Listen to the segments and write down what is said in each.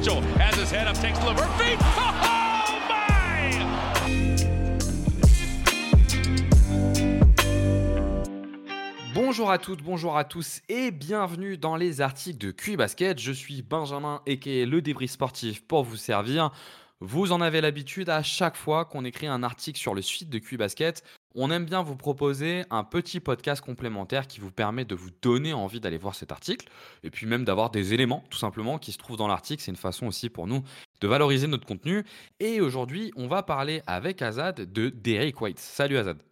Mitchell has his head up, takes Levert feet. Oh my! Bonjour à toutes, bonjour à tous et bienvenue dans les articles de QI Basket. Je suis Benjamin aka le débris sportif pour vous servir. Vous en avez l'habitude, à chaque fois qu'on écrit un article sur le site de QI Basket, on aime bien vous proposer un petit podcast complémentaire qui vous permet de vous donner envie d'aller voir cet article et puis même d'avoir des éléments tout simplement qui se trouvent dans l'article. C'est une façon aussi pour nous de valoriser notre contenu. Et aujourd'hui, on va parler avec Azad de Derrick White. Salut Azad.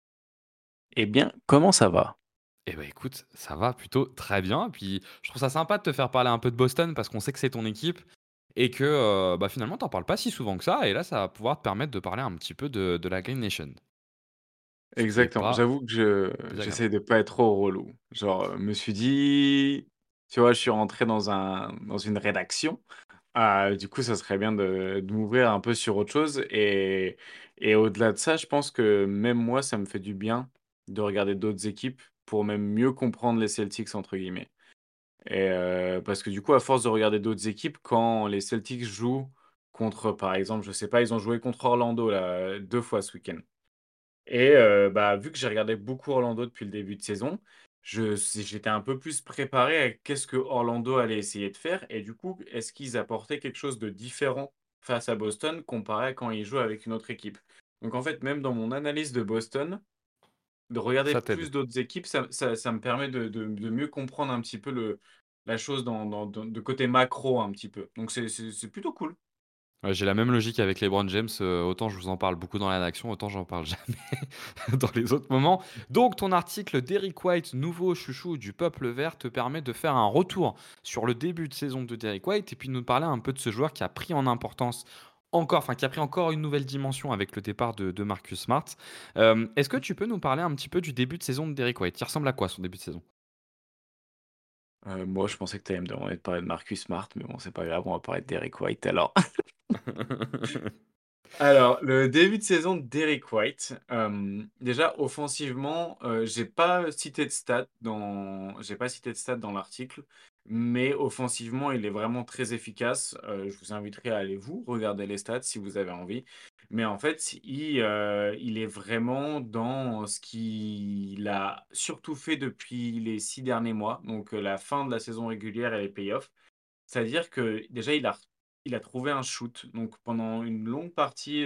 Eh bien, comment ça va? Eh ben écoute, ça va plutôt très bien. Puis je trouve ça sympa de te faire parler un peu de Boston parce qu'on sait que c'est ton équipe et que bah, finalement t'en parles pas si souvent que ça. Et là, ça va pouvoir te permettre de parler un petit peu de la Green Nation, ce qui est Exactement. pas J'avoue que désagréable. j'essaie de pas être trop relou. Genre, me suis dit, tu vois, je suis rentré dans une rédaction. Du coup, ça serait bien de m'ouvrir un peu sur autre chose. Et au-delà de ça, je pense que même moi, ça me fait du bien de regarder d'autres équipes pour même mieux comprendre les Celtics, entre guillemets. Parce que du coup, à force de regarder d'autres équipes, quand les Celtics jouent contre, par exemple, je sais pas, ils ont joué contre Orlando là, 2 fois ce week-end. Bah, vu que j'ai regardé beaucoup Orlando depuis le début de saison, j'étais un peu plus préparé à qu'est-ce que Orlando allait essayer de faire et du coup, est-ce qu'ils apportaient quelque chose de différent face à Boston comparé à quand ils jouent avec une autre équipe? Donc en fait, même dans mon analyse de Boston, de regarder Ça t'aide. plus d'autres équipes, ça me permet de mieux comprendre un petit peu la chose de côté macro un petit peu. Donc c'est plutôt cool. Ouais, j'ai la même logique avec LeBron James. Autant je vous en parle beaucoup dans la rédaction, autant j'en parle jamais dans les autres moments. Donc ton article Derrick White, nouveau chouchou du peuple vert, te permet de faire un retour sur le début de saison de Derrick White et puis de nous parler un peu de ce joueur qui a pris en importance encore, enfin qui a pris encore une nouvelle dimension avec le départ de Marcus Smart. Est-ce que tu peux nous parler un petit peu du début de saison de Derrick White? Il ressemble à quoi son début de saison? Moi, je pensais que tu allais me demander de parler de Marcus Smart, mais bon, c'est pas grave, on va parler de Derrick White alors. Alors, le début de saison de Derrick White, déjà offensivement, j'ai pas cité de stats dans l'article, mais offensivement, il est vraiment très efficace. Je vous inviterai à aller vous regarder les stats si vous avez envie. Mais en fait, il est vraiment dans ce qu'il a surtout fait depuis les 6 derniers mois, donc la fin de la saison régulière et les playoffs. C'est-à-dire que déjà, il a trouvé un shoot. Donc pendant une longue partie,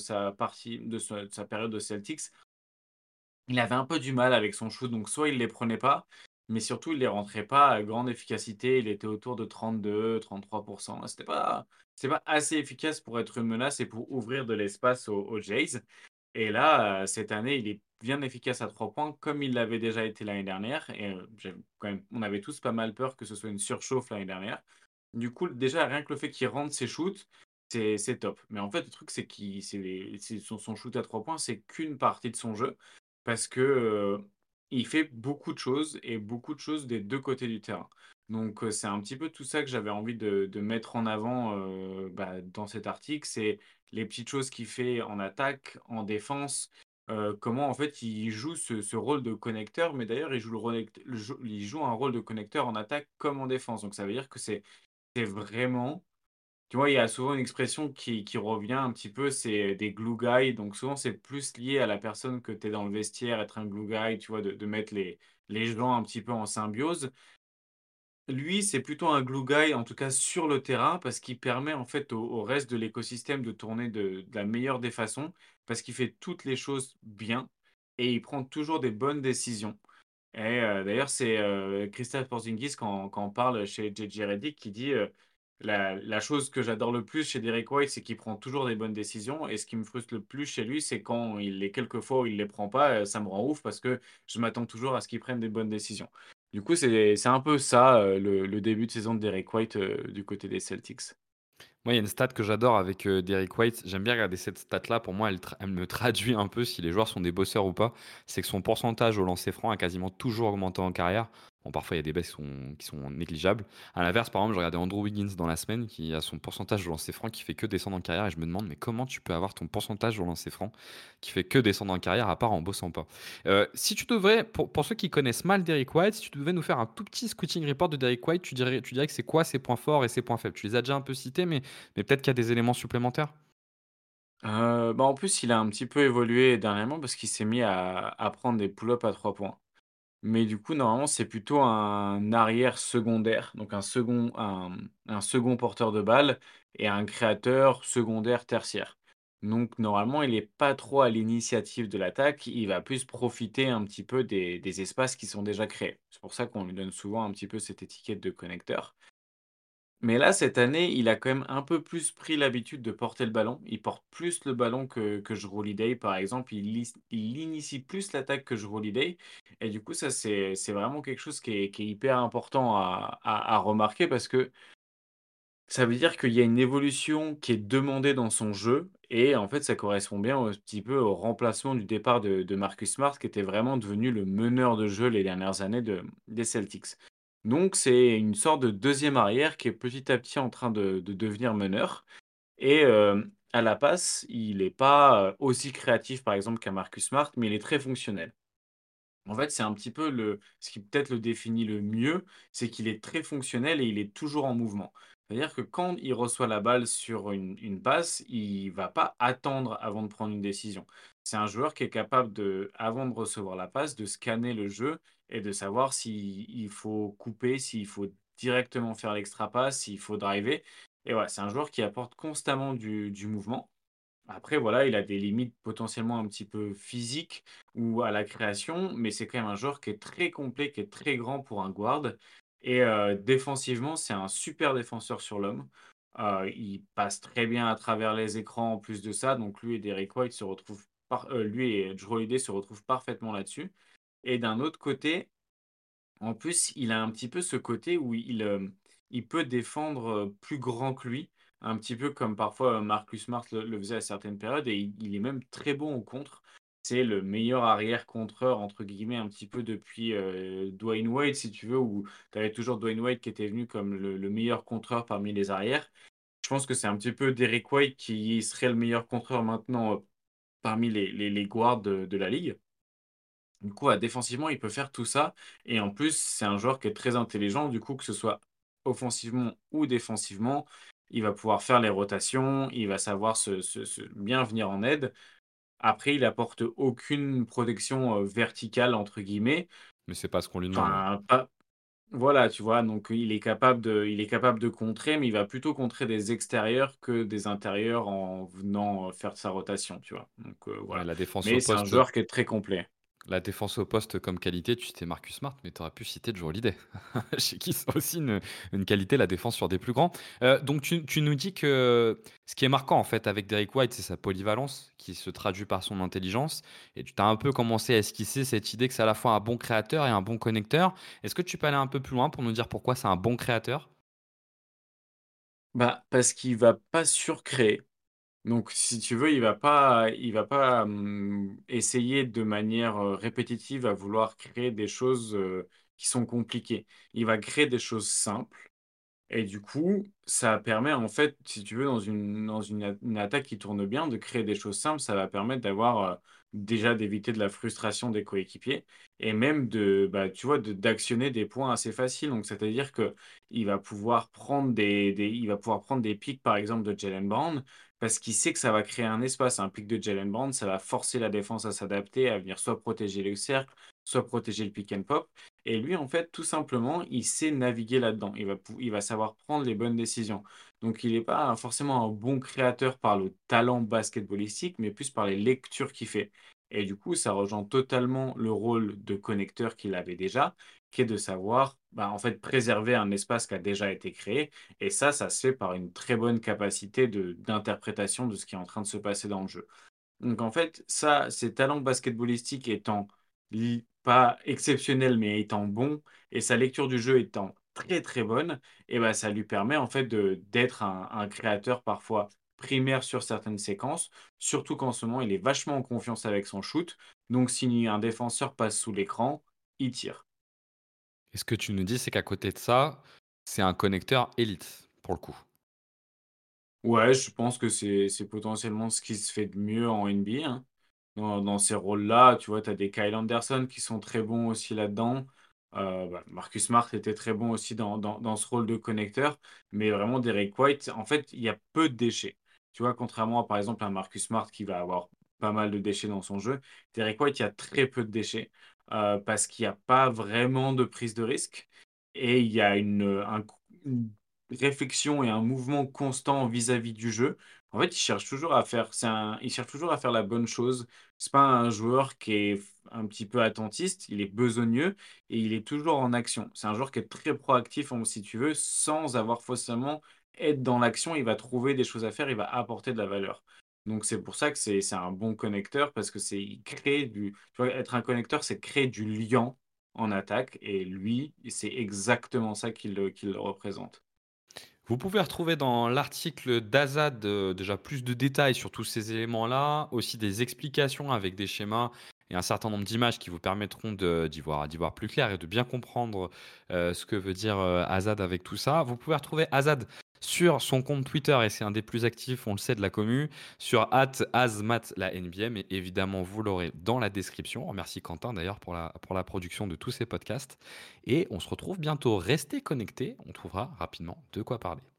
de sa période de Celtics, il avait un peu du mal avec son shoot. Donc soit il les prenait pas, mais surtout il les rentrait pas à grande efficacité. Il était autour de 32-33. C'était pas assez efficace pour être une menace et pour ouvrir de l'espace aux Jays. Et là, cette année, il est bien efficace à 3 points comme il l'avait déjà été l'année dernière et on avait tous pas mal peur que ce soit une surchauffe l'année dernière. Du coup, déjà, rien que le fait qu'il rentre ses shoots, c'est top. Mais en fait, le truc, c'est qu'il c'est son shoot à 3 points, c'est qu'une partie de son jeu parce que, il fait beaucoup de choses et beaucoup de choses des 2 côtés du terrain. Donc, c'est un petit peu tout ça que j'avais envie de mettre en avant, bah, dans cet article. C'est les petites choses qu'il fait en attaque, en défense, comment en fait il joue ce rôle de connecteur. Mais d'ailleurs, il joue un rôle de connecteur en attaque comme en défense. Donc ça veut dire que c'est vraiment, tu vois, il y a souvent une expression qui revient un petit peu, c'est des glue guys. Donc souvent, c'est plus lié à la personne que tu es dans le vestiaire, être un glue guy, tu vois, de mettre les gens un petit peu en symbiose. Lui, c'est plutôt un glue guy, en tout cas sur le terrain, parce qu'il permet en fait au reste de l'écosystème de tourner de la meilleure des façons, parce qu'il fait toutes les choses bien et il prend toujours des bonnes décisions. D'ailleurs, c'est Kristaps Porzingis quand on parle chez JJ Redick qui dit la chose que j'adore le plus chez Derek White, c'est qu'il prend toujours des bonnes décisions. Et ce qui me frustre le plus chez lui, c'est quand quelques fois où il les prend pas, ça me rend ouf parce que je m'attends toujours à ce qu'il prenne des bonnes décisions. Du coup, c'est un peu ça le début de saison de Derek White du côté des Celtics. Moi, il y a une stat que j'adore avec Derrick White. J'aime bien regarder cette stat-là. Pour moi, elle me traduit un peu si les joueurs sont des bosseurs ou pas. C'est que son pourcentage au lancer franc a quasiment toujours augmenté en carrière. Bon, parfois, il y a des baisses qui sont négligeables. À l'inverse, par exemple, je regardais Andrew Wiggins dans la semaine qui a son pourcentage de lancer franc qui fait que descendre en carrière et je me demande: «Mais comment tu peux avoir ton pourcentage de lancer franc qui fait que descendre en carrière à part en bossant pas?» Si tu devrais pour ceux qui connaissent mal Derrick White, si tu devais nous faire un tout petit scouting report de Derrick White, tu dirais que c'est quoi ses points forts et ses points faibles? Tu les as déjà un peu cités, mais peut-être qu'il y a des éléments supplémentaires? Bah, en plus, il a un petit peu évolué dernièrement parce qu'il s'est mis à prendre des pull-ups à 3 points. Mais du coup, normalement, c'est plutôt un arrière secondaire, donc un second porteur de balle et un créateur secondaire tertiaire. Donc normalement, il est pas trop à l'initiative de l'attaque, il va plus profiter un petit peu des espaces qui sont déjà créés. C'est pour ça qu'on lui donne souvent un petit peu cette étiquette de connecteur. Mais là, cette année, il a quand même un peu plus pris l'habitude de porter le ballon. Il porte plus le ballon que Jrue Holiday, par exemple. Il initie plus l'attaque que Jrue Holiday. Et du coup, ça, c'est vraiment quelque chose qui est hyper important à remarquer parce que ça veut dire qu'il y a une évolution qui est demandée dans son jeu. Et en fait, ça correspond bien un petit peu au remplacement du départ de Marcus Smart, qui était vraiment devenu le meneur de jeu les dernières années des Celtics. Donc, c'est une sorte de deuxième arrière qui est petit à petit en train de devenir meneur. Et à la passe, il n'est pas aussi créatif, par exemple, qu'un Marcus Smart, mais il est très fonctionnel. En fait, c'est un petit peu ce qui peut-être le définit le mieux, c'est qu'il est très fonctionnel et il est toujours en mouvement. C'est-à-dire que quand il reçoit la balle sur une passe, il va pas attendre avant de prendre une décision. C'est un joueur qui est capable de, avant de recevoir la passe, de scanner le jeu et de savoir s'il faut couper, s'il faut directement faire l'extra passe, s'il faut driver. Et voilà, c'est un joueur qui apporte constamment du mouvement. Après, voilà, il a des limites potentiellement un petit peu physiques ou à la création, mais c'est quand même un joueur qui est très complet, qui est très grand pour un guard. Et défensivement, c'est un super défenseur sur l'homme. Il passe très bien à travers les écrans en plus de ça. Donc lui et Derrick White se retrouvent lui et Jrue Holiday se retrouvent parfaitement là-dessus. Et d'un autre côté, en plus, il a un petit peu ce côté où il peut défendre, plus grand que lui, un petit peu comme parfois, Marcus Smart le faisait à certaines périodes et il est même très bon au contre. C'est le meilleur arrière contreur entre guillemets un petit peu depuis, Dwayne Wade si tu veux, où tu avais toujours Dwayne Wade qui était venu comme le meilleur contreur parmi les arrières. Je pense que c'est un petit peu Derrick White qui serait le meilleur contreur maintenant, parmi les guards de la ligue. Du coup, défensivement, il peut faire tout ça et en plus, c'est un joueur qui est très intelligent. Du coup, que ce soit offensivement ou défensivement, il va pouvoir faire les rotations, il va savoir bien venir en aide. Après, il apporte aucune protection, «verticale» entre guillemets. Mais c'est pas ce qu'on lui demande, ouais. Enfin, pas voilà, tu vois? Donc il est capable de contrer, mais il va plutôt contrer des extérieurs que des intérieurs en venant, faire sa rotation, tu vois? Donc Ouais, voilà. la défense Mais au c'est un poste joueur qui est très complet. La défense au poste comme qualité, tu citais Marcus Smart, mais tu aurais pu citer Jrue Holiday, chez qui c'est aussi une qualité, la défense sur des plus grands. Donc tu nous dis que ce qui est marquant, en fait, avec Derrick White, c'est sa polyvalence qui se traduit par son intelligence et tu as un peu commencé à esquisser cette idée que c'est à la fois un bon créateur et un bon connecteur. Est-ce que tu peux aller un peu plus loin pour nous dire pourquoi c'est un bon créateur? Bah, parce qu'il va pas surcréer. Donc si tu veux, il va pas, essayer de manière, répétitive à vouloir créer des choses, qui sont compliquées. Il va créer des choses simples et du coup, ça permet en fait, si tu veux, dans une attaque qui tourne bien, de créer des choses simples. Ça va permettre d'avoir, déjà d'éviter de la frustration des coéquipiers et même bah, tu vois, d'actionner des points assez faciles. Donc c'est-à-dire que il va pouvoir prendre des pics, par exemple, de Jaylen Brown parce qu'il sait que ça va créer un espace. Un pic de Jaylen Brown, ça va forcer la défense à s'adapter, à venir soit protéger le cercle, soit protéger le pick and pop. Et lui, en fait, tout simplement, il sait naviguer là-dedans. Il va savoir prendre les bonnes décisions. Donc, il n'est pas forcément un bon créateur par le talent basketballistique, mais plus par les lectures qu'il fait. Et du coup, ça rejoint totalement le rôle de connecteur qu'il avait déjà, qui est de savoir, bah, en fait, préserver un espace qui a déjà été créé. Et ça se fait par une très bonne capacité d'interprétation de ce qui est en train de se passer dans le jeu. Donc en fait, ça, ses talents basketballistiques étant pas exceptionnels, mais étant bons, et sa lecture du jeu étant très très bonne, et ben ça lui permet en fait d'être un créateur parfois primaire sur certaines séquences, surtout qu'en ce moment, il est vachement en confiance avec son shoot. Donc si un défenseur passe sous l'écran, il tire. Et ce que tu nous dis, c'est qu'à côté de ça, c'est un connecteur élite, pour le coup. Ouais, je pense que c'est potentiellement ce qui se fait de mieux en NBA, hein. Dans ces rôles-là, tu vois, tu as des Kyle Anderson qui sont très bons aussi là-dedans. Marcus Smart était très bon aussi dans ce rôle de connecteur. Mais vraiment, Derek White, en fait, il y a peu de déchets. Tu vois, contrairement à, par exemple, un Marcus Smart qui va avoir pas mal de déchets dans son jeu, Derek White, il y a très peu de déchets parce qu'il n'y a pas vraiment de prise de risque. Et il y a une réflexion et un mouvement constant vis-à-vis du jeu. En fait, il cherche toujours à faire la bonne chose. C'est pas un joueur qui est un petit peu attentiste, il est besogneux et il est toujours en action. C'est un joueur qui est très proactif, si tu veux, sans avoir forcément être dans l'action. Il va trouver des choses à faire, il va apporter de la valeur. Donc c'est pour ça que c'est un bon connecteur parce que il crée tu vois, être un connecteur, c'est créer du lien en attaque et lui, c'est exactement ça qu'il représente. Vous pouvez retrouver dans l'article d'Azad déjà plus de détails sur tous ces éléments-là, aussi des explications avec des schémas et un certain nombre d'images qui vous permettront d'y voir plus clair et de bien comprendre ce que veut dire Azad avec tout ça. Vous pouvez retrouver Azad sur son compte Twitter et c'est un des plus actifs, on le sait, de la commu, sur @azmat la NBA, mais évidemment vous l'aurez dans la description. On remercie Quentin d'ailleurs pour la production de tous ces podcasts et on se retrouve bientôt. Restez connectés, on trouvera rapidement de quoi parler.